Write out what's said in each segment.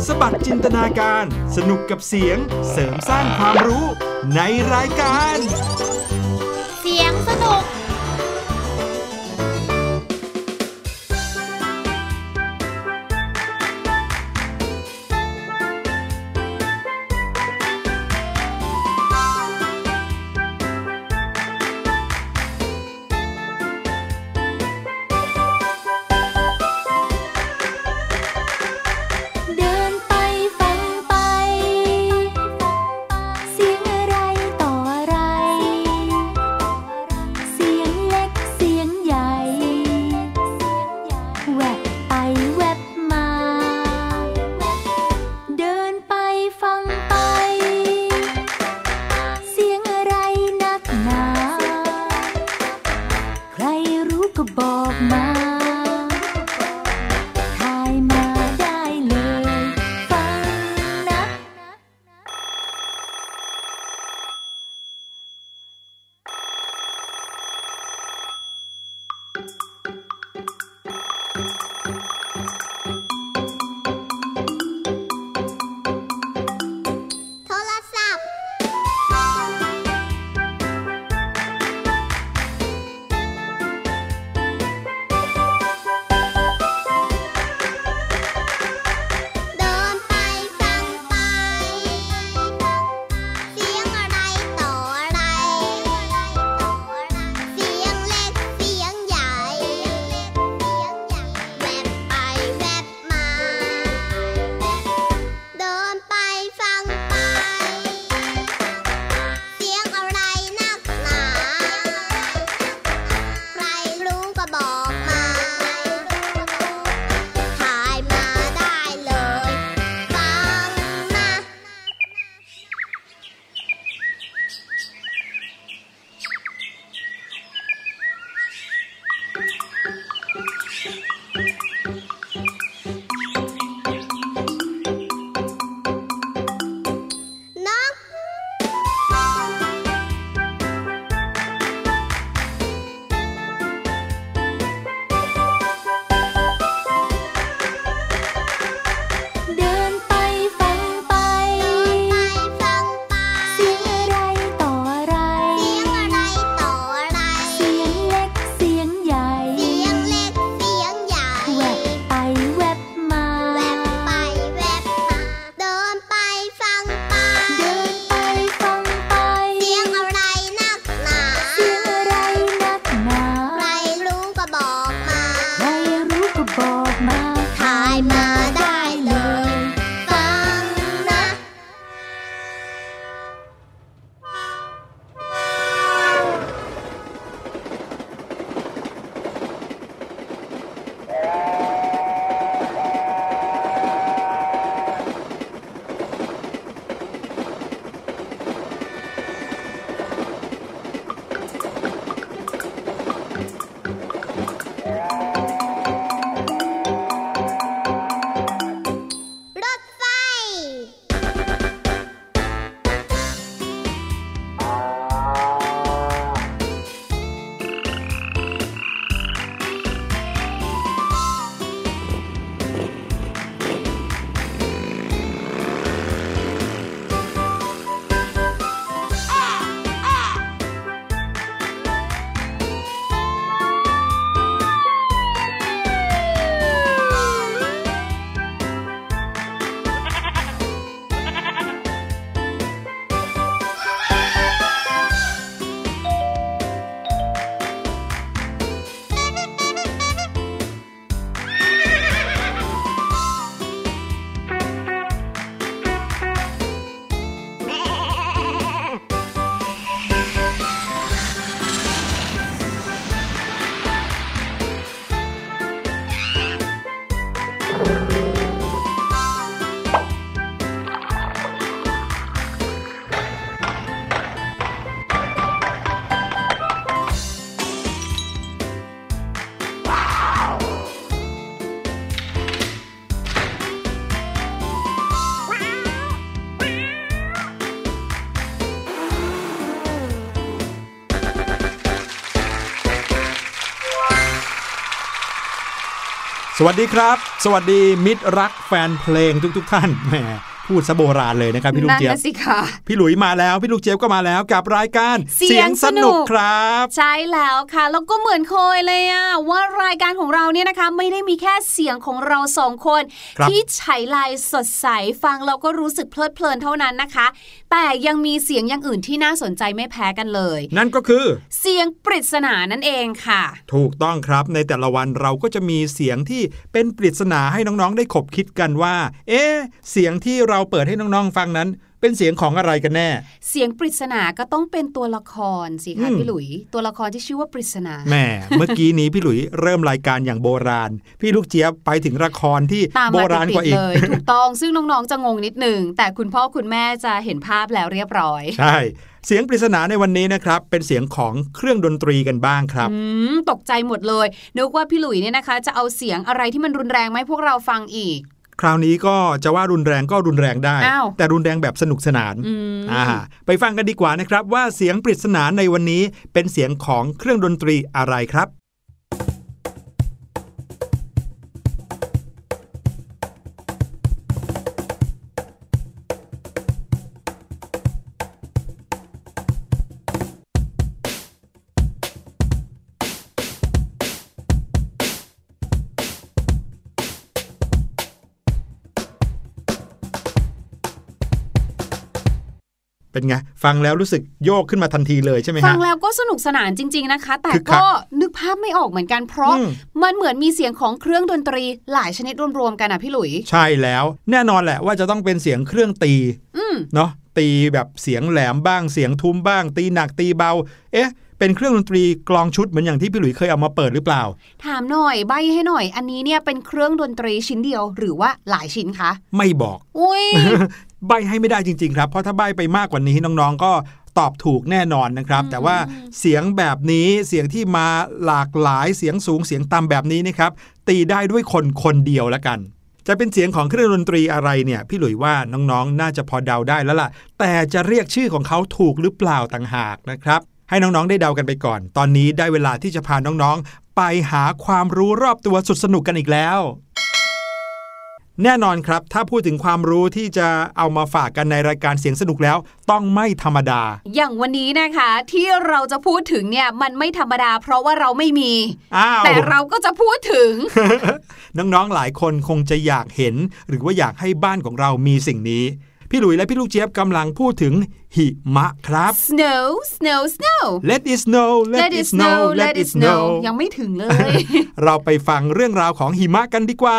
สบัดจินตนาการสนุกกับเสียงเสริมสร้างความรู้ในรายการเสียงสนุกสวัสดีครับสวัสดีมิตรรักแฟนเพลงทุกท่านแหมพูดซะโบราณเลยนะครับพี่ลูกเจี๊ยบพี่หลุยมาแล้วพี่ลูกเจี๊ยบก็มาแล้วกับรายการเสียงสนุกครับใช่แล้วค่ะแล้วก็เหมือนเคยเลยอะว่ารายการของเราเนี่ยนะคะไม่ได้มีแค่เสียงของเรา2 คนที่ฉายไลสดใสฟังเราก็รู้สึกเพลิดเพลินเท่านั้นนะคะแต่ยังมีเสียงอย่างอื่นที่น่าสนใจไม่แพ้กันเลยนั่นก็คือเสียงปริศนานั่นเองค่ะถูกต้องครับในแต่ละวันเราก็จะมีเสียงที่เป็นปริศนาให้น้องๆได้ขบคิดกันว่าเสียงที่เราเปิดให้น้องๆฟังนั้นเป็นเสียงของอะไรกันแน่เสียงปริศนาก็ต้องเป็นตัวละครสิคะพี่หลุยตัวละครที่ชื่อว่าปริศนาแหมเมื่อกี้นี้พี่หลุยเริ่มรายการอย่างโบราณพี่ลูกเจี๊ยบไปถึงละครที่โบราณกว่าอีกถูกต้องซึ่งน้องๆจะงงนิดนึงแต่คุณพ่อคุณแม่จะเห็นภาพแล้วเรียบร้อยใช่เสียงปริศนาในวันนี้นะครับเป็นเสียงของเครื่องดนตรีกันบ้างครับตกใจหมดเลยนึกว่าพี่หลุยเนี่ยนะคะจะเอาเสียงอะไรที่มันรุนแรงไหมพวกเราฟังอีกคราวนี้ก็จะว่ารุนแรงก็รุนแรงได้แต่รุนแรงแบบสนุกสนานไปฟังกันดีกว่านะครับว่าเสียงปริศนาในวันนี้เป็นเสียงของเครื่องดนตรีอะไรครับเป็นไงฟังแล้วรู้สึกโยกขึ้นมาทันทีเลยใช่ไหมฮะฟังแล้วก็สนุกสนานจริงๆนะคะแต่ก็นึกภาพไม่ออกเหมือนกันเพราะมันเหมือนมีเสียงของเครื่องดนตรีหลายชนิดรวมๆกันอ่ะพี่หลุยใช่แล้วแน่นอนแหละว่าจะต้องเป็นเสียงเครื่องตีเนาะตีแบบเสียงแหลมบ้างเสียงทุ้มบ้างตีหนักตีเบาเป็นเครื่องดนตรีกลองชุดเหมือนอย่างที่พี่หลุยเคยเอามาเปิดหรือเปล่าถามหน่อยใบ้ให้หน่อยอันนี้เนี่ยเป็นเครื่องดนตรีชิ้นเดียวหรือว่าหลายชิ้นคะไม่บอกอุ้ยใบ้ให้ไม่ได้จริงๆครับเพราะถ้าใบ้ไปมากกว่านี้น้องๆก็ตอบถูกแน่นอนนะครับแต่ว่าเสียงแบบนี้เสียงที่มาหลากหลายเสียงสูงเสียงต่ำแบบนี้นะครับตีได้ด้วยคนเดียวละกันจะเป็นเสียงของเครื่องดนตรีอะไรเนี่ยพี่หลุยว่าน้องๆน่าจะพอเดาได้แล้วล่ะแต่จะเรียกชื่อของเขาถูกหรือเปล่าต่างหากนะครับให้น้องๆได้เดากันไปก่อนตอนนี้ได้เวลาที่จะพาน้องๆไปหาความรู้รอบตัวสุดสนุกกันอีกแล้วแน่นอนครับถ้าพูดถึงความรู้ที่จะเอามาฝากกันในรายการเสียงสนุกแล้วต้องไม่ธรรมดาอย่างวันนี้นะคะที่เราจะพูดถึงเนี่ยมันไม่ธรรมดาเพราะว่าเราไม่มีแต่เราก็จะพูดถึงน้องๆหลายคนคงจะอยากเห็นหรือว่าอยากให้บ้านของเรามีสิ่งนี้พี่หลุยและพี่ลูกเจี๊ยบกำลังพูดถึงหิมะครับ Snow Snow Snow Let it snow Let it snow Let it snow ยังไม่ถึงเลยเราไปฟังเรื่องราวของหิมะกันดีกว่า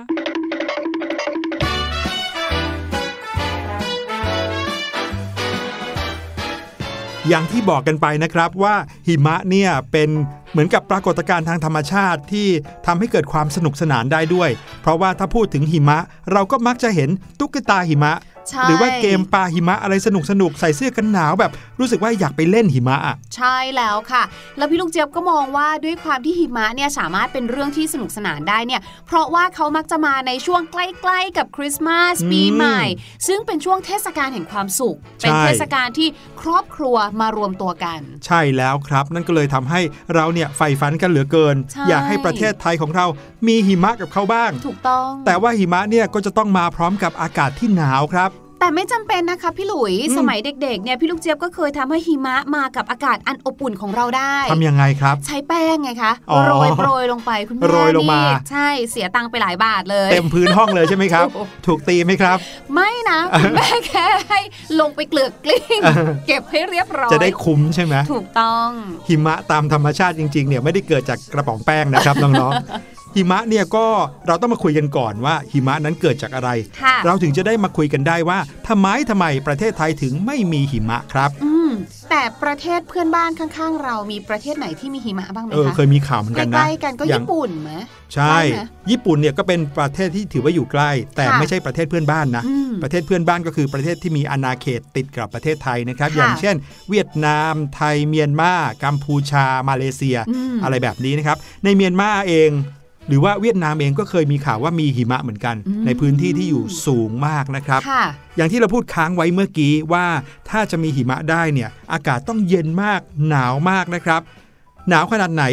อย่างที่บอกกันไปนะครับว่าหิมะเนี่ยเป็นเหมือนกับปรากฏการณ์ทางธรรมชาติที่ทำให้เกิดความสนุกสนานได้ด้วยเพราะว่าถ้าพูดถึงหิมะเราก็มักจะเห็นตุ๊กตาหิมะหรือว่าเกมปาหิมะอะไรสนุกใส่เสื้อกันหนาวแบบรู้สึกว่าอยากไปเล่นหิมะใช่แล้วค่ะแล้วพี่ลูกเจี๊ยบก็มองว่าด้วยความที่หิมะเนี่ยสามารถเป็นเรื่องที่สนุกสนานได้เนี่ยเพราะว่าเขามักจะมาในช่วงใกล้ๆกับคริสต์มาสปีใหม่ซึ่งเป็นช่วงเทศกาลแห่งความสุขเป็นเทศกาลที่ครอบครัวมารวมตัวกันใช่แล้วครับนั่นก็เลยทำให้เราเนี่ยใฝ่ฝันกันเหลือเกินอยากให้ประเทศไทยของเรามีหิมะกับเขาบ้างถูกต้องแต่ว่าหิมะเนี่ยก็จะต้องมาพร้อมกับอากาศที่หนาวครับแต่ไม่จำเป็นนะคะพี่หลุยสมัยเด็กๆเนี่ยพี่ลูกเจี๊ยบก็เคยทำให้หิมะมากับอากาศอันอบอุ่นของเราได้ทำยังไงครับใช้แป้งไงคะโรยลงไปคุณแม่นี่ใช่เสียตังค์ไปหลายบาทเลยเต็มพื้นห้องเลยใช่ไหมครับ ถูกตีไหมครับไม่นะคุณแม่แค่ให้ลงไปเกลือกกลิ้งเก็บให้เรียบร้อยจะได้คุ้มใช่ไหมถูกต้องหิมะตามธรรมชาติจริงๆเนี่ยไม่ได้เกิดจากกระป๋องแป้งนะครับน้องๆหิมะเนี่ยก็เราต้องมาคุยกันก่อนว่าหิมะนั้นเกิดจากอะไรเราถึงจะได้มาคุยกันได้ว่าทำไมประเทศไทยถึงไม่มีหิมะครับแต่ประเทศเพื่อนบ้านข้างๆเรามีประเทศไหนที่มีหิมะบ้างไหมคะเคยมีข่าวเหมือนกันนะใกล้ๆกันก็ญี่ปุ่นไหมใช่ญี่ปุ่นเนี่ยก็เป็นประเทศที่ถือว่าอยู่ใกล้แต่ไม่ใช่ประเทศเพื่อนบ้านนะประเทศเพื่อนบ้านก็คือประเทศที่มีอาณาเขตติดกับประเทศไทยนะครับอย่างเช่นเวียดนามไทยเมียนมากัมพูชามาเลเซียอะไรแบบนี้นะครับในเมียนมาเองหรือว่าเวียดนามเองก็เคยมีข่าวว่ามีหิมะเหมือนกันในพื้นที่ที่อยู่สูงมากนะครับอย่างที่เราพูดค้างไว้เมื่อกี้ว่าถ้าจะมีหิมะได้เนี่ยอากาศต้องเย็นมากหนาวมากนะครับหนาวขนาดไหน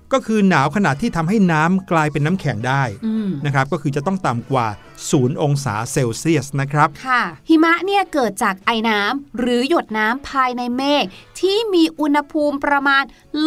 ก็คือหนาวขนาดที่ทำให้น้ำกลายเป็นน้ำแข็งได้นะครับก็คือจะต้องต่ำกว่า0 องศาเซลเซียสนะครับค่ะหิมะเนี่ยเกิดจากไอน้ำหรือหยดน้ำภายในเมฆที่มีอุณหภูมิประมาณ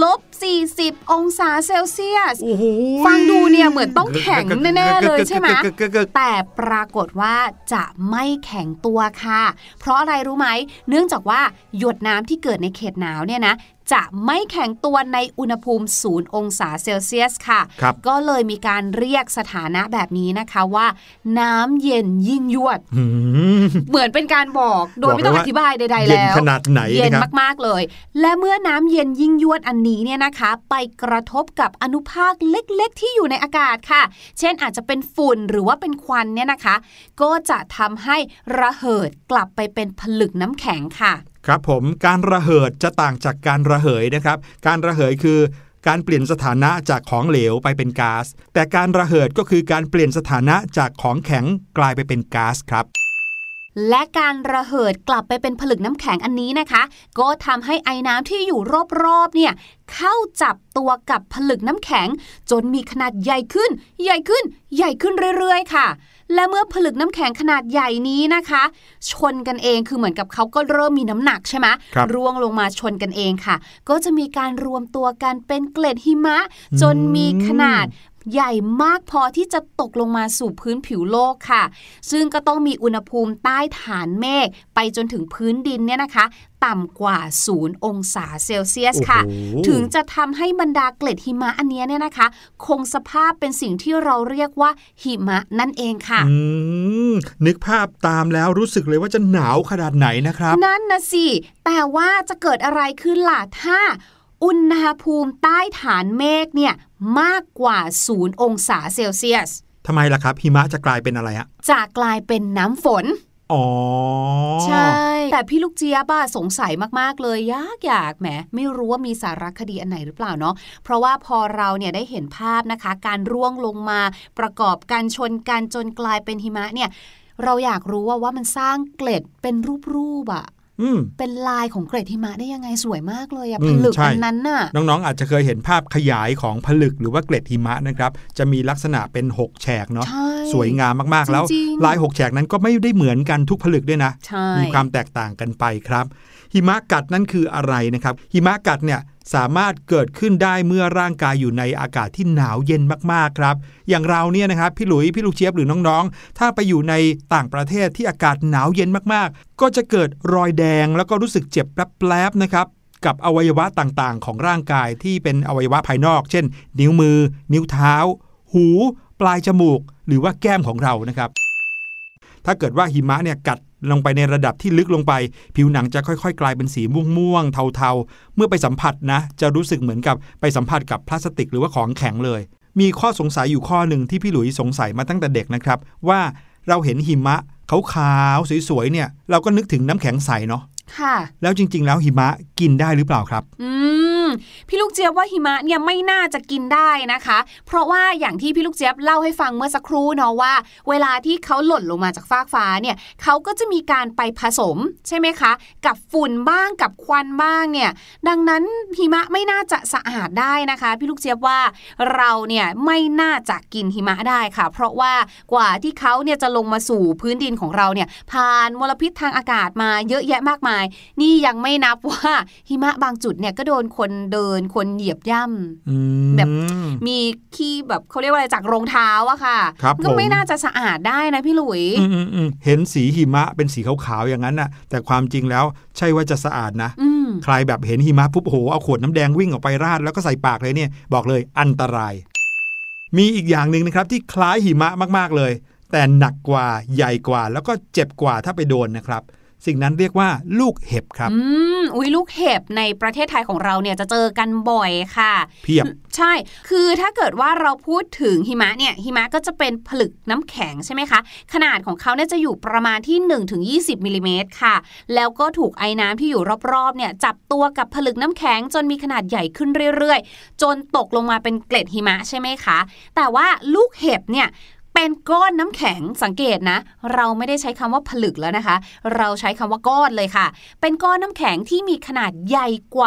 -40 องศาเซลเซียสฟังดูเนี่ยเหมือนต้องแข็งแน่ๆเลยใช่ไหมแต่ปรากฏว่าจะไม่แข็งตัวค่ะเพราะอะไรรู้ไหมเนื่องจากว่าหยดน้ำที่เกิดในเขตหนาวเนี่ยนะจะไม่แข็งตัวในอุณหภูมิ0 องศาเซลเซียสค่ะก็เลยมีการเรียกสถานะแบบนี้นะคะว่าน้ำเย็นยิ่งยวดเหมือนเป็นการบอกโดยไม่ต้องอธิบายใดๆแล้วเย็นขนาดไหนเย็นมากๆเลยและเมื่อน้ำเย็นยิ่งยวดอันนี้เนี่ยนะคะไปกระทบกับอนุภาคเล็กๆที่อยู่ในอากาศค่ะเช่นอาจจะเป็นฝุ่นหรือว่าเป็นควันเนี่ยนะคะก็จะทำให้ระเหิดกลับไปเป็นผลึกน้ำแข็งค่ะครับผมการระเหิดจะต่างจากการระเหยนะครับการระเหยคือการเปลี่ยนสถานะจากของเหลวไปเป็นก๊าซแต่การระเหิดก็คือการเปลี่ยนสถานะจากของแข็งกลายไปเป็นก๊าซครับและการระเหิดกลับไปเป็นผลึกน้ำแข็งอันนี้นะคะก็ทำให้ไอ้น้ำที่อยู่รอบๆเนี่ยเข้าจับตัวกับผลึกน้ำแข็งจนมีขนาดใหญ่ขึ้นใหญ่ขึ้นใหญ่ขึ้นเรื่อยๆค่ะและเมื่อผลึกน้ำแข็งขนาดใหญ่นี้นะคะชนกันเองคือเหมือนกับเขาก็เริ่มมีน้ำหนักใช่ไหมร่วงลงมาชนกันเองค่ะก็จะมีการรวมตัวกันเป็นเกล็ดหิมะจนมีขนาดใหญ่มากพอที่จะตกลงมาสู่พื้นผิวโลกค่ะซึ่งก็ต้องมีอุณหภูมิใต้ฐานเมฆไปจนถึงพื้นดินเนี่ยนะคะต่ำกว่า0 องศาเซลเซียสค่ะถึงจะทำให้บรรดาเกล็ดหิมะอันนี้เนี่ยนะคะคงสภาพเป็นสิ่งที่เราเรียกว่าหิมะนั่นเองค่ะนึกภาพตามแล้วรู้สึกเลยว่าจะหนาวขนาดไหนนะครับนั่นนะสิแต่ว่าจะเกิดอะไรขึ้นล่ะถ้าอุณหภูมิใต้ฐานเมฆเนี่ยมากกว่า0 องศาเซลเซียสทำไมล่ะครับหิมะจะกลายเป็นอะไรฮะจะกลายเป็นน้ำฝนใช่แต่พี่ลูกเจี๊ยบสงสัยมากๆเลยอยากแหมไม่รู้ว่ามีสารคดีอันไหนหรือเปล่าเนาะเพราะว่าพอเราเนี่ยได้เห็นภาพนะคะการร่วงลงมาประกอบกันชนกันจนกลายเป็นหิมะเนี่ยเราอยากรู้ว่ามันสร้างเกล็ดเป็นรูปเป็นลายของเกล็ดหิมะได้ยังไงสวยมากเลยผลึกอันนั้นน่ะน้องๆอาจจะเคยเห็นภาพขยายของผลึกหรือว่าเกล็ดหิมะนะครับจะมีลักษณะเป็น6แฉกเนาะสวยงามมากๆแล้วลาย6แฉกนั้นก็ไม่ได้เหมือนกันทุกผลึกด้วยนะมีความแตกต่างกันไปครับหิมะกัดนั่นคืออะไรนะครับหิมะกัดเนี่ยสามารถเกิดขึ้นได้เมื่อร่างกายอยู่ในอากาศที่หนาวเย็นมากๆครับอย่างเราเนี่ยนะครับพี่หลุยพี่ลูกเจี๊ยบหรือน้องๆถ้าไปอยู่ในต่างประเทศที่อากาศหนาวเย็นมากๆก็จะเกิดรอยแดงแล้วก็รู้สึกเจ็บแป๊บๆนะครับกับอวัยวะต่างๆของร่างกายที่เป็นอวัยวะภายนอกเช่นนิ้วมือนิ้วเท้าหูปลายจมูกหรือว่าแก้มของเรานะครับถ้าเกิดว่าหิมะเนี่ยกัดลงไปในระดับที่ลึกลงไปผิวหนังจะค่อยๆกลายเป็นสีม่วงๆเทาๆเมื่อไปสัมผัสนะจะรู้สึกเหมือนกับไปสัมผัสกับพลาสติกหรือว่าของแข็งเลยมีข้อสงสัยอยู่ข้อหนึ่งที่พี่หลุยสงสัยมาตั้งแต่เด็กนะครับว่าเราเห็นหิมะขาวๆสวยๆเนี่ยเราก็นึกถึงน้ำแข็งใสเนาะค่ะแล้วจริงๆแล้วหิมะกินได้หรือเปล่าครับพี่ลูกเจี๊ยบว่าหิมะเนี่ยไม่น่าจะกินได้นะคะเพราะว่าอย่างที่พี่ลูกเจี๊ยบเล่าให้ฟังเมื่อสักครู่เนาะว่าเวลาที่เขาหล่นลงมาจากฟากฟ้าเนี่ยเขาก็จะมีการไปผสมใช่ไหมคะกับฝุ่นบ้างกับควันบ้างเนี่ยดังนั้นหิมะไม่น่าจะสะอาดได้นะคะพี่ลูกเจี๊ยบว่าเราเนี่ยไม่น่าจะกินหิมะได้ค่ะเพราะว่ากว่าที่เขาเนี่ยจะลงมาสู่พื้นดินของเราเนี่ยผ่านมลพิษทางอากาศมาเยอะแยะมากมายนี่ยังไม่นับว่าหิมะบางจุดเนี่ยก็โดนคนเดินคนเหยียบย่ำแบบมีขี้แบบเขาเรียกว่าอะไรจากรองเท้าอะค่ะก็ไม่น่าจะสะอาดได้นะพี่หลุยเห็นสีหิมะเป็นสีขาวๆอย่างนั้นน่ะแต่ความจริงแล้วใช่ว่าจะสะอาดนะใครแบบเห็นหิมะปุ๊บโหเอาขวดน้ำแดงวิ่งออกไปราดแล้วก็ใส่ปากเลยเนี่ยบอกเลยอันตรายมีอีกอย่างนึงนะครับที่คล้ายหิมะมากๆเลยแต่หนักกว่าใหญ่กว่าแล้วก็เจ็บกว่าถ้าไปโดนนะครับสิ่งนั้นเรียกว่าลูกเห็บครับลูกเห็บในประเทศไทยของเราเนี่ยจะเจอกันบ่อยค่ะเพียบใช่คือถ้าเกิดว่าเราพูดถึงหิมะเนี่ยหิมะก็จะเป็นผลึกน้ำแข็งใช่ไหมคะขนาดของเขาเนี่ยจะอยู่ประมาณที่ 1-20 มิลลิเมตรค่ะแล้วก็ถูกไอ้น้ำที่อยู่รอบๆเนี่ยจับตัวกับผลึกน้ำแข็งจนมีขนาดใหญ่ขึ้นเรื่อยๆจนตกลงมาเป็นเกล็ดหิมะใช่ไหมคะแต่ว่าลูกเห็บเนี่ยเป็นก้อนน้ำแข็งสังเกตนะเราไม่ได้ใช้คำว่าผลึกแล้วนะคะเราใช้คำว่าก้อนเลยค่ะเป็นก้อนน้ำแข็งที่มีขนาดใหญ่กว่า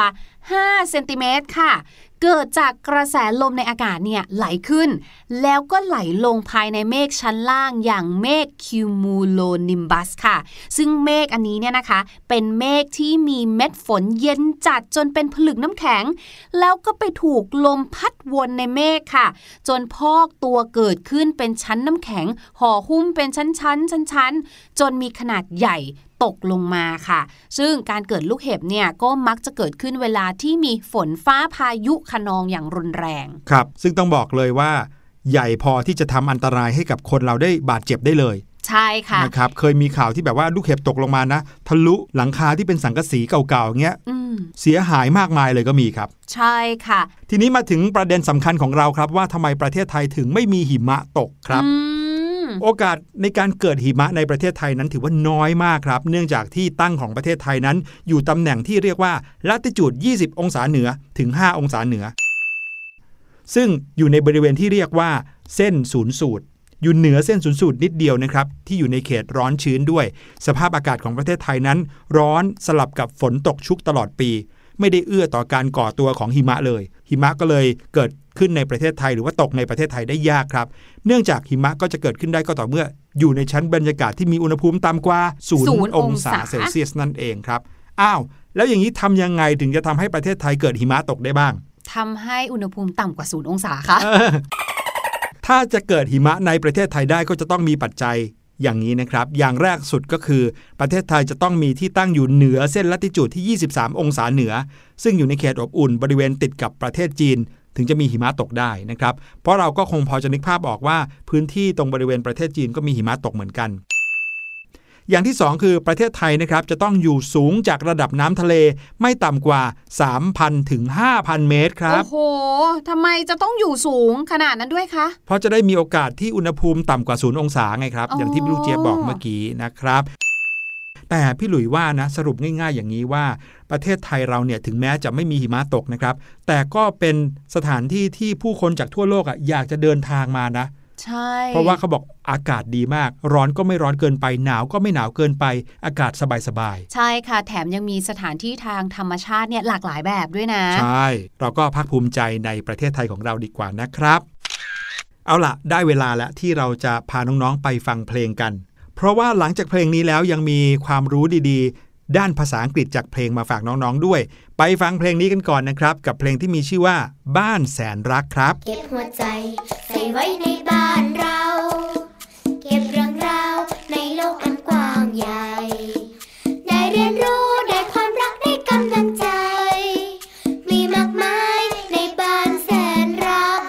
5 เซนติเมตรค่ะเกิดจากกระแสลมในอากาศเนี่ยไหลขึ้นแล้วก็ไหลลงภายในเมฆชั้นล่างอย่างเมฆคิวมูโลนิมบัสค่ะซึ่งเมฆอันนี้เนี่ยนะคะเป็นเมฆที่มีเม็ดฝนเย็นจัดจนเป็นผลึกน้ำแข็งแล้วก็ไปถูกลมพัดวนในเมฆค่ะจนพอกตัวเกิดขึ้นเป็นชั้นน้ำแข็งห่อหุ้มเป็นชั้นจนมีขนาดใหญ่ตกลงมาค่ะซึ่งการเกิดลูกเห็บเนี่ยก็มักจะเกิดขึ้นเวลาที่มีฝนฟ้าพายุคะนองอย่างรุนแรงครับซึ่งต้องบอกเลยว่าใหญ่พอที่จะทำอันตรายให้กับคนเราได้บาดเจ็บได้เลยใช่ค่ะนะครับเคยมีข่าวที่แบบว่าลูกเห็บตกลงมานะทะลุหลังคาที่เป็นสังกะสีเก่าๆเงี้ยเสียหายมากมายเลยก็มีครับใช่ค่ะทีนี้มาถึงประเด็นสำคัญของเราครับว่าทำไมประเทศไทยถึงไม่มีหิมะตกครับโอกาสในการเกิดหิมะในประเทศไทยนั้นถือว่าน้อยมากครับเนื่องจากที่ตั้งของประเทศไทยนั้นอยู่ตำแหน่งที่เรียกว่าลัติจูด20องศาเหนือถึง5องศาเหนือซึ่งอยู่ในบริเวณที่เรียกว่าเส้นศูนย์สูตรอยู่เหนือเส้นศูนย์สูตรนิดเดียวนะครับที่อยู่ในเขตร้อนชื้นด้วยสภาพอากาศของประเทศไทยนั้นร้อนสลับกับฝนตกชุกตลอดปีไม่ได้เอื้อต่อการก่อตัวของหิมะเลยหิมะก็เลยเกิดขึ้นในประเทศไทยหรือว่าตกในประเทศไทยได้ยากครับเนื่องจากหิมะก็จะเกิดขึ้นได้ก็ต่อเมื่ออยู่ในชั้นบรรยากาศที่มีอุณหภูมิต่ำกว่า0องศาเซลเซียสนั่นเองครับอ้าวแล้วอย่างนี้ทำยังไงถึงจะทำให้ประเทศไทยเกิดหิมะตกได้บ้างทำให้อุณหภูมิต่ำกว่า0องศาค่ะถ้าจะเกิดหิมะในประเทศไทยได้ก็จะต้องมีปัจจัยอย่างนี้นะครับอย่างแรกสุดก็คือประเทศไทยจะต้องมีที่ตั้งอยู่เหนือเส้นลัติจูดที่23องศาเหนือซึ่งอยู่ในเขตอบอุ่นบริเวณติดกับประเทศจีนถึงจะมีหิมะตกได้นะครับเพราะเราก็คงพอจะนึกภาพออกว่าพื้นที่ตรงบริเวณประเทศจีนก็มีหิมะตกเหมือนกันอย่างที่2คือประเทศไทยนะครับจะต้องอยู่สูงจากระดับน้ำทะเลไม่ต่ำกว่า 3,000 ถึง 5,000 เมตรครับโอ้โหทำไมจะต้องอยู่สูงขนาดนั้นด้วยคะเพราะจะได้มีโอกาสที่อุณหภูมิต่ำกว่า0องศาไงครับอย่างที่พี่ลูกเจี๊ยบบอกเมื่อกี้นะครับแต่พี่หลุยว่านะสรุปง่ายๆอย่างนี้ว่าประเทศไทยเราเนี่ยถึงแม้จะไม่มีหิมะตกนะครับแต่ก็เป็นสถานที่ที่ผู้คนจากทั่วโลกอยากจะเดินทางมานะใช่เพราะว่าเขาบอกอากาศดีมากร้อนก็ไม่ร้อนเกินไปหนาวก็ไม่หนาวเกินไปอากาศสบายๆใช่ค่ะแถมยังมีสถานที่ทางธรรมชาติเนี่ยหลากหลายแบบด้วยนะใช่เราก็ภาคภูมิใจในประเทศไทยของเราดีกว่านะครับเอาล่ะได้เวลาแล้วที่เราจะพาน้องๆไปฟังเพลงกันเพราะว่าหลังจากเพลงนี้แล้วยังมีความรู้ดีๆด้านภาษาอังกฤษจากเพลงมาฝากน้องๆด้วยไปฟังเพลงนี้กันก่อนนะครับกับเพลงที่มีชื่อว่าบ้านแสนรักครับเก็บหัวใจใส่ไว้ในบ้านเราเก็บเรื่องราวในโลกอันกว้างใหญ่ได้เรียนรู้ได้ความรักได้กำลังใจมีมากมายในบ้านแสนรัก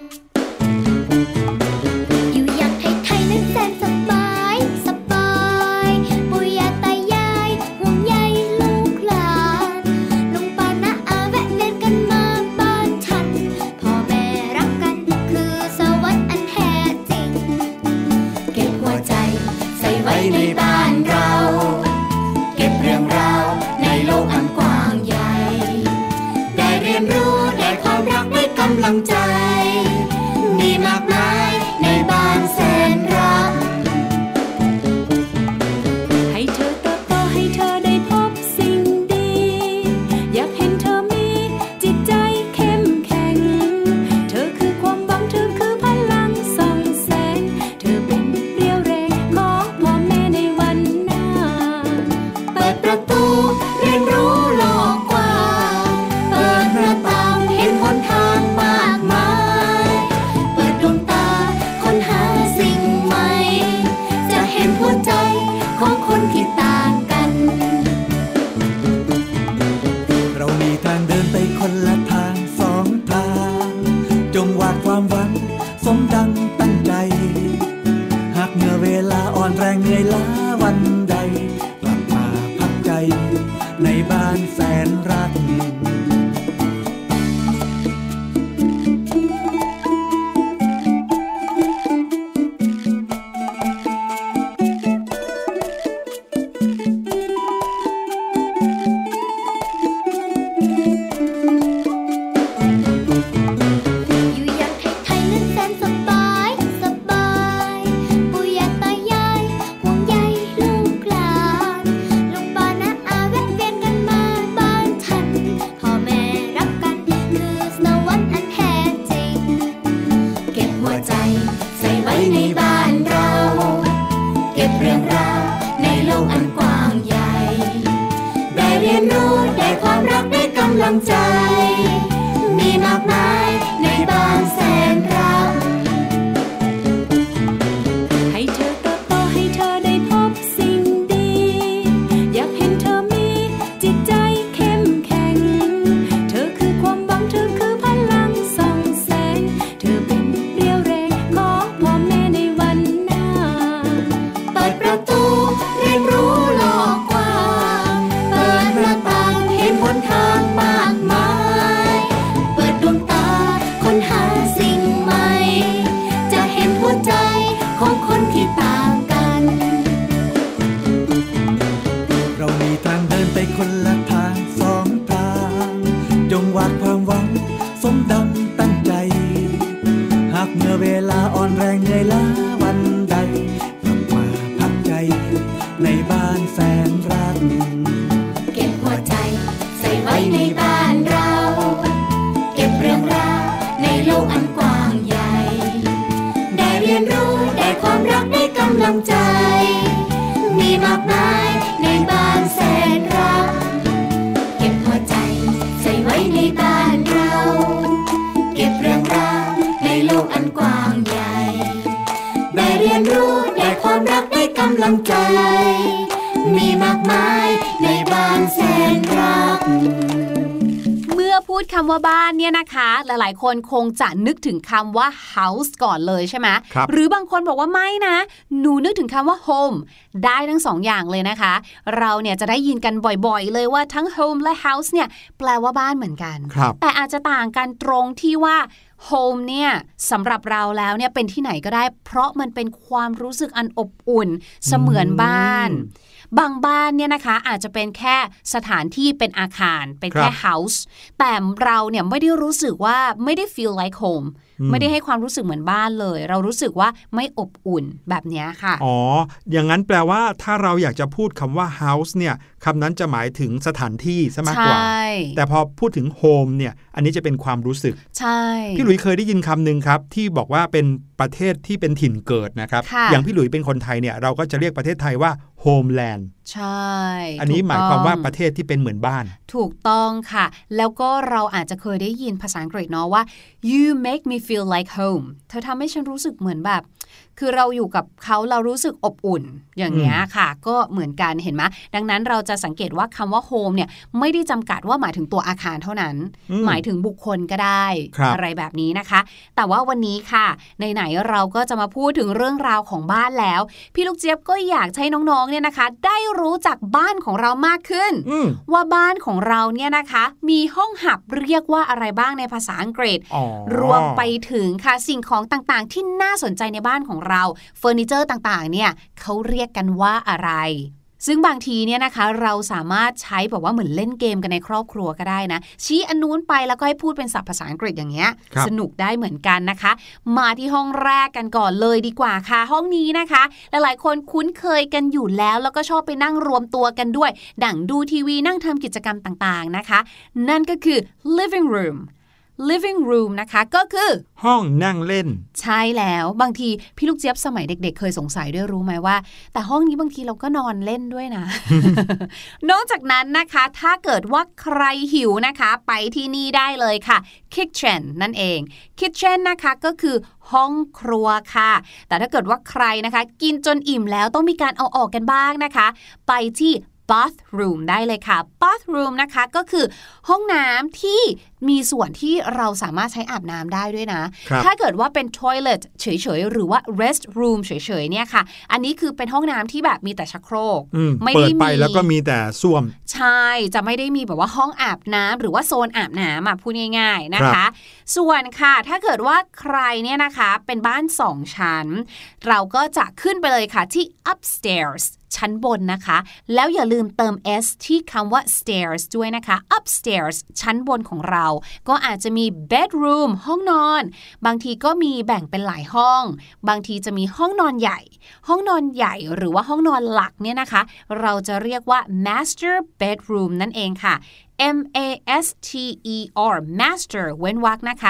อยู่อย่างไทยๆนั้นแสนสบายปู่ย่าตายายห่วงใยลูกหลานลุงป้าน้าอาแวะเวียนกันมาบ้านฉันพ่อแม่รักกันคือสวรรค์อันแท้จริงเก็บหัวใจใส่ไว้ในบ้านเราเก็บเรื่องราวในโลกอันกว้างใหญ่ได้เรียนรู้ได้ความรักได้กำลังใจมีมากมายในบ้านแสนรักให้เธอเติบโตให้เธอได้พบสิ่งดีอยากเห็นเธอมีจิตใจเข้มแข็งเธอคือความหวังเธอคือพลังส่องแสงเธอเป็นเรี่ยวแรงของพ่อแม่ในวันหน้าเปิดประตูเรียนรู้โลกกว้างเปิดหน้าต่างเห็นหนทางมากมายเปิดดวงตาค้นหาสิ่งใหม่จะเห็นหัวใจของคนที่ต่างกันเรามีทางเดินไปคนละทางสองทางจงวาดความหวังสมดังตั้งใจหากเมื่อเวลาอ่อนแรงเหนื่อยล้าวันใดกลับมาพักใจในบ้านแสนรักอยู่อย่างไทยๆนั้นแสนสบายปู่ย่าตายายห่วงใยลูกหลานลุงป้าน้าอาแวะเวียนกันมาบ้านฉันลังใจมีมากมายในบ้านแสนรักให้เธอเติบโตให้เธอได้พบสิ่งดีอยากเห็นเธอมีจิตใจเข้มแข็งเธอคือความหวังเธอคือพลังส่องแสงเธอเป็นเรี่ยวแรงของพ่อแม่ในวันหน้าเปิดประตูเรียนรู้โลกกว้างเปิดหน้าต่างเห็นหนทางมากมายเปิดดวงตาค้นหาสิ่งใหม่จะเห็นหัวใจของคนที่ต่างกันเรามีทางเดินไปคนละทางสองทางจงวาดความหวังสมดังตั้งใจหากเมื่อเวลาอ่อนแรงเหนื่อยล้าวันใดกลับมาพักใจในบ้านแสนรักเก็บหัวใจใส่ไว้ในบ้านเราเก็บเรื่องราวในโลกอันกว้างใหญ่ได้เรียนรู้ได้ความรักได้กำลังใจมีมากมายในบ้านแสนรักเก็บหัวใจใส่ไว้ในบ้านเราเก็บเรื่องราวในโลกอันกว้างใหญ่ได้เรียนรู้ได้ความรักได้กำลังใจมีมากมายในบ้านแสนรักเมื่อพูดคำว่าบ้านเนี่ยนะคะหลายๆคนคงจะนึกถึงคำว่า house ก่อนเลยใช่ไหมหรือบางคนบอกว่าไม่นะหนูนึกถึงคำว่า home ได้ทั้งสองอย่างเลยนะคะเราเนี่ยจะได้ยินกันบ่อยๆเลยว่าทั้ง home และ house เนี่ยแปลว่าบ้านเหมือนกันแต่อาจจะต่างกันตรงที่ว่า home เนี่ยสำหรับเราแล้วเนี่ยเป็นที่ไหนก็ได้เพราะมันเป็นความรู้สึกอันอบอุ่นเสมือนบ้านบางบ้านเนี่ยนะคะอาจจะเป็นแค่สถานที่เป็นอาคารเป็นแค่ house แต่เราเนี่ยไม่ได้รู้สึกว่าไม่ได้ feel like home ไม่ได้ให้ความรู้สึกเหมือนบ้านเลยเรารู้สึกว่าไม่อบอุ่นแบบนี้ค่ะอ๋ออย่างนั้นแปลว่าถ้าเราอยากจะพูดคำว่า house เนี่ยคำนั้นจะหมายถึงสถานที่ซะมากกว่าแต่พอพูดถึง home เนี่ยอันนี้จะเป็นความรู้สึกใช่พี่หลุยเคยได้ยินคำหนึ่งครับที่บอกว่าเป็นประเทศที่เป็นถิ่นเกิดนะครับอย่างพี่หลุยเป็นคนไทยเนี่ยเราก็จะเรียกประเทศไทยว่า homeland ใช่อันนี้หมายความว่าประเทศที่เป็นเหมือนบ้านถูกต้องค่ะแล้วก็เราอาจจะเคยได้ยินภาษาอังกฤษเนาะว่า you make me feel like home เธอทำให้ฉันรู้สึกเหมือนแบบคือเราอยู่กับเขาเรารู้สึกอบอุ่นอย่างเงี้ยค่ะก็เหมือนกันเห็นไหมดังนั้นเราจะสังเกตว่าคำว่า home เนี่ยไม่ได้จำกัดว่าหมายถึงตัวอาคารเท่านั้นหมายถึงบุคคลก็ได้อะไรแบบนี้นะคะแต่ว่าวันนี้ค่ะไหนๆเราก็จะมาพูดถึงเรื่องราวของบ้านแล้วพี่ลูกเจี๊ยบก็อยากให้น้องๆเนี่ยนะคะได้รู้จักบ้านของเรามากขึ้นว่าบ้านของเราเนี่ยนะคะมีห้องหับเรียกว่าอะไรบ้างในภาษาอังกฤษรวมไปถึงค่ะสิ่งของต่างๆที่น่าสนใจในบ้านของเราเฟอร์นิเจอร์ต่างๆเนี่ยเขาเรียกกันว่าอะไรซึ่งบางทีเนี่ยนะคะเราสามารถใช้แบบว่าเหมือนเล่นเกมกันในครอบครัวก็ได้นะชี้อันนู้นไปแล้วก็ให้พูดเป็นศัพท์ภาษาอังกฤษอย่างเงี้ยสนุกได้เหมือนกันนะคะมาที่ห้องแรกกันก่อนเลยดีกว่าค่ะห้องนี้นะคะหลายๆคนคุ้นเคยกันอยู่แล้วก็ชอบไปนั่งรวมตัวกันด้วยดั่งดูทีวีนั่งทำกิจกรรมต่างๆนะคะนั่นก็คือ living room นะคะก็คือห้องนั่งเล่นใช่แล้วบางทีพี่ลูกเจี๊ยบสมัยเด็กๆเคยสงสัยด้วยรู้ไหมว่าแต่ห้องนี้บางทีเราก็นอนเล่นด้วยนะ นอกจากนั้นนะคะถ้าเกิดว่าใครหิวนะคะไปที่นี่ได้เลยค่ะ kitchen นั่นเอง kitchen นะคะก็คือห้องครัวค่ะแต่ถ้าเกิดว่าใครนะคะกินจนอิ่มแล้วต้องมีการเอาออกกันบ้างนะคะไปที่bathroom ได้เลยค่ะ bathroom นะคะก็คือห้องน้ำที่มีส่วนที่เราสามารถใช้อาบน้ำได้ด้วยนะถ้าเกิดว่าเป็น toilet เฉยๆหรือว่า restroom เฉยๆเนี่ยค่ะอันนี้คือเป็นห้องน้ำที่แบบมีแต่ชักโครกไม่ได้มีเปิดไปแล้วก็มีแต่ส้วมใช่จะไม่ได้มีแบบว่าห้องอาบน้ำหรือว่าโซนอาบน้ำพูดง่ายๆนะคะส่วนค่ะถ้าเกิดว่าใครเนี่ยนะคะเป็นบ้าน2ชั้นเราก็จะขึ้นไปเลยค่ะที่ upstairsชั้นบนนะคะแล้วอย่าลืมเติม s ที่คำว่า stairs ด้วยนะคะ upstairs ชั้นบนของเราก็อาจจะมี bedroom ห้องนอนบางทีก็มีแบ่งเป็นหลายห้องบางทีจะมีห้องนอนใหญ่หรือว่าห้องนอนหลักเนี่ยนะคะเราจะเรียกว่า master bedroom นั่นเองค่ะ M-A-S-T-E-R master เว้นวรรคนะคะ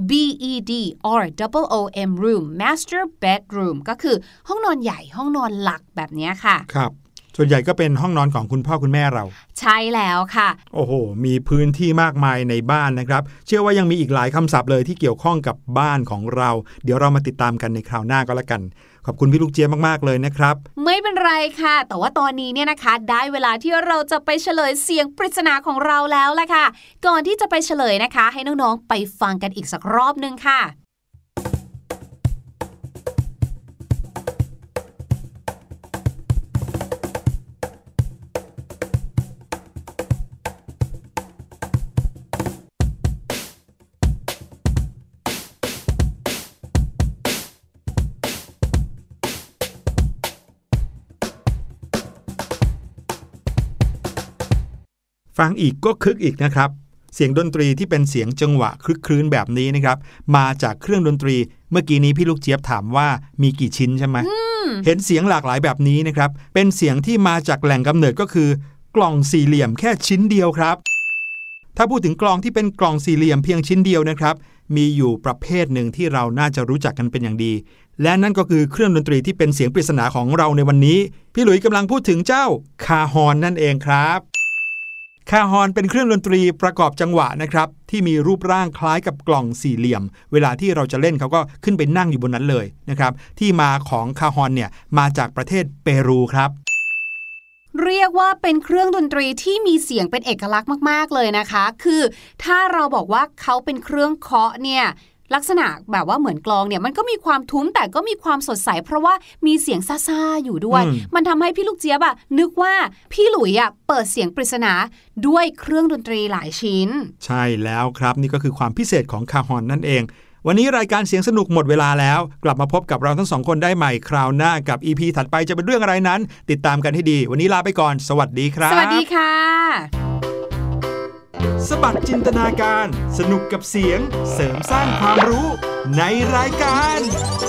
B-E-D-R-O-O-M room master bedroom ก็คือห้องนอนใหญ่ห้องนอนหลักแบบนี้ค่ะครับส่วนใหญ่ก็เป็นห้องนอนของคุณพ่อคุณแม่เราใช่แล้วค่ะโอ้โหมีพื้นที่มากมายในบ้านนะครับเชื่อว่ายังมีอีกหลายคำศัพท์เลยที่เกี่ยวข้องกับบ้านของเราเดี๋ยวเรามาติดตามกันในคราวหน้าก็แล้วกันขอบคุณพี่ลูกเจี๊ยบมากๆเลยนะครับไม่เป็นไรค่ะแต่ว่าตอนนี้เนี่ยนะคะได้เวลาที่เราจะไปเฉลยเสียงปริศนาของเราแล้วล่ะค่ะก่อนที่จะไปเฉลยนะคะให้น้องๆไปฟังกันอีกสักรอบนึงค่ะฟังอีกก็คึกอีกนะครับเสียงดนตรีที่เป็นเสียงจังหวะคลึกครื้นแบบนี้นะครับมาจากเครื่องดนตรีเมื่อกี้นี้พี่ลูกเจี๊ยบถามว่ามีกี่ชิ้นใช่ไหมเห็นเสียงหลากหลายแบบนี้นะครับเป็นเสียงที่มาจากแหล่งกำเนิดก็คือกล่องสี่เหลี่ยมแค่ชิ้นเดียวครับถ้าพูดถึงกลองที่เป็นกล่องสี่เหลี่ยมเพียงชิ้นเดียวนะครับมีอยู่ประเภทหนึ่งที่เราน่าจะรู้จักกันเป็นอย่างดีและนั่นก็คือเครื่องดนตรีที่เป็นเสียงปริศนาของเราในวันนี้พี่หลุยส์กำลังพูดถึงเจ้าคาฮอนนั่นเองครับคาฮอนเป็นเครื่องดนตรีประกอบจังหวะนะครับที่มีรูปร่างคล้ายกับกล่องสี่เหลี่ยมเวลาที่เราจะเล่นเขาก็ขึ้นไปนั่งอยู่บนนั้นเลยนะครับที่มาของคาฮอนเนี่ยมาจากประเทศเปรูครับเรียกว่าเป็นเครื่องดนตรีที่มีเสียงเป็นเอกลักษณ์มากๆเลยนะคะคือถ้าเราบอกว่าเขาเป็นเครื่องเคาะเนี่ยลักษณะแบบว่าเหมือนกลองเนี่ยมันก็มีความทุ้มแต่ก็มีความสดใสเพราะว่ามีเสียงซ่าๆอยู่ด้วยมันทำให้พี่ลูกเจี๊ยบอะนึกว่าพี่หลุยอะเปิดเสียงปริศนาด้วยเครื่องดนตรีหลายชิ้นใช่แล้วครับนี่ก็คือความพิเศษของคาฮอนนั่นเองวันนี้รายการเสียงสนุกหมดเวลาแล้วกลับมาพบกับเราทั้งสองคนได้ใหม่คราวหน้ากับ EP ถัดไปจะเป็นเรื่องอะไรนั้นติดตามกันให้ดีวันนี้ลาไปก่อนสวัสดีครับสวัสดีค่ะสบัดจินตนาการสนุกกับเสียงเสริมสร้างความรู้ในรายการ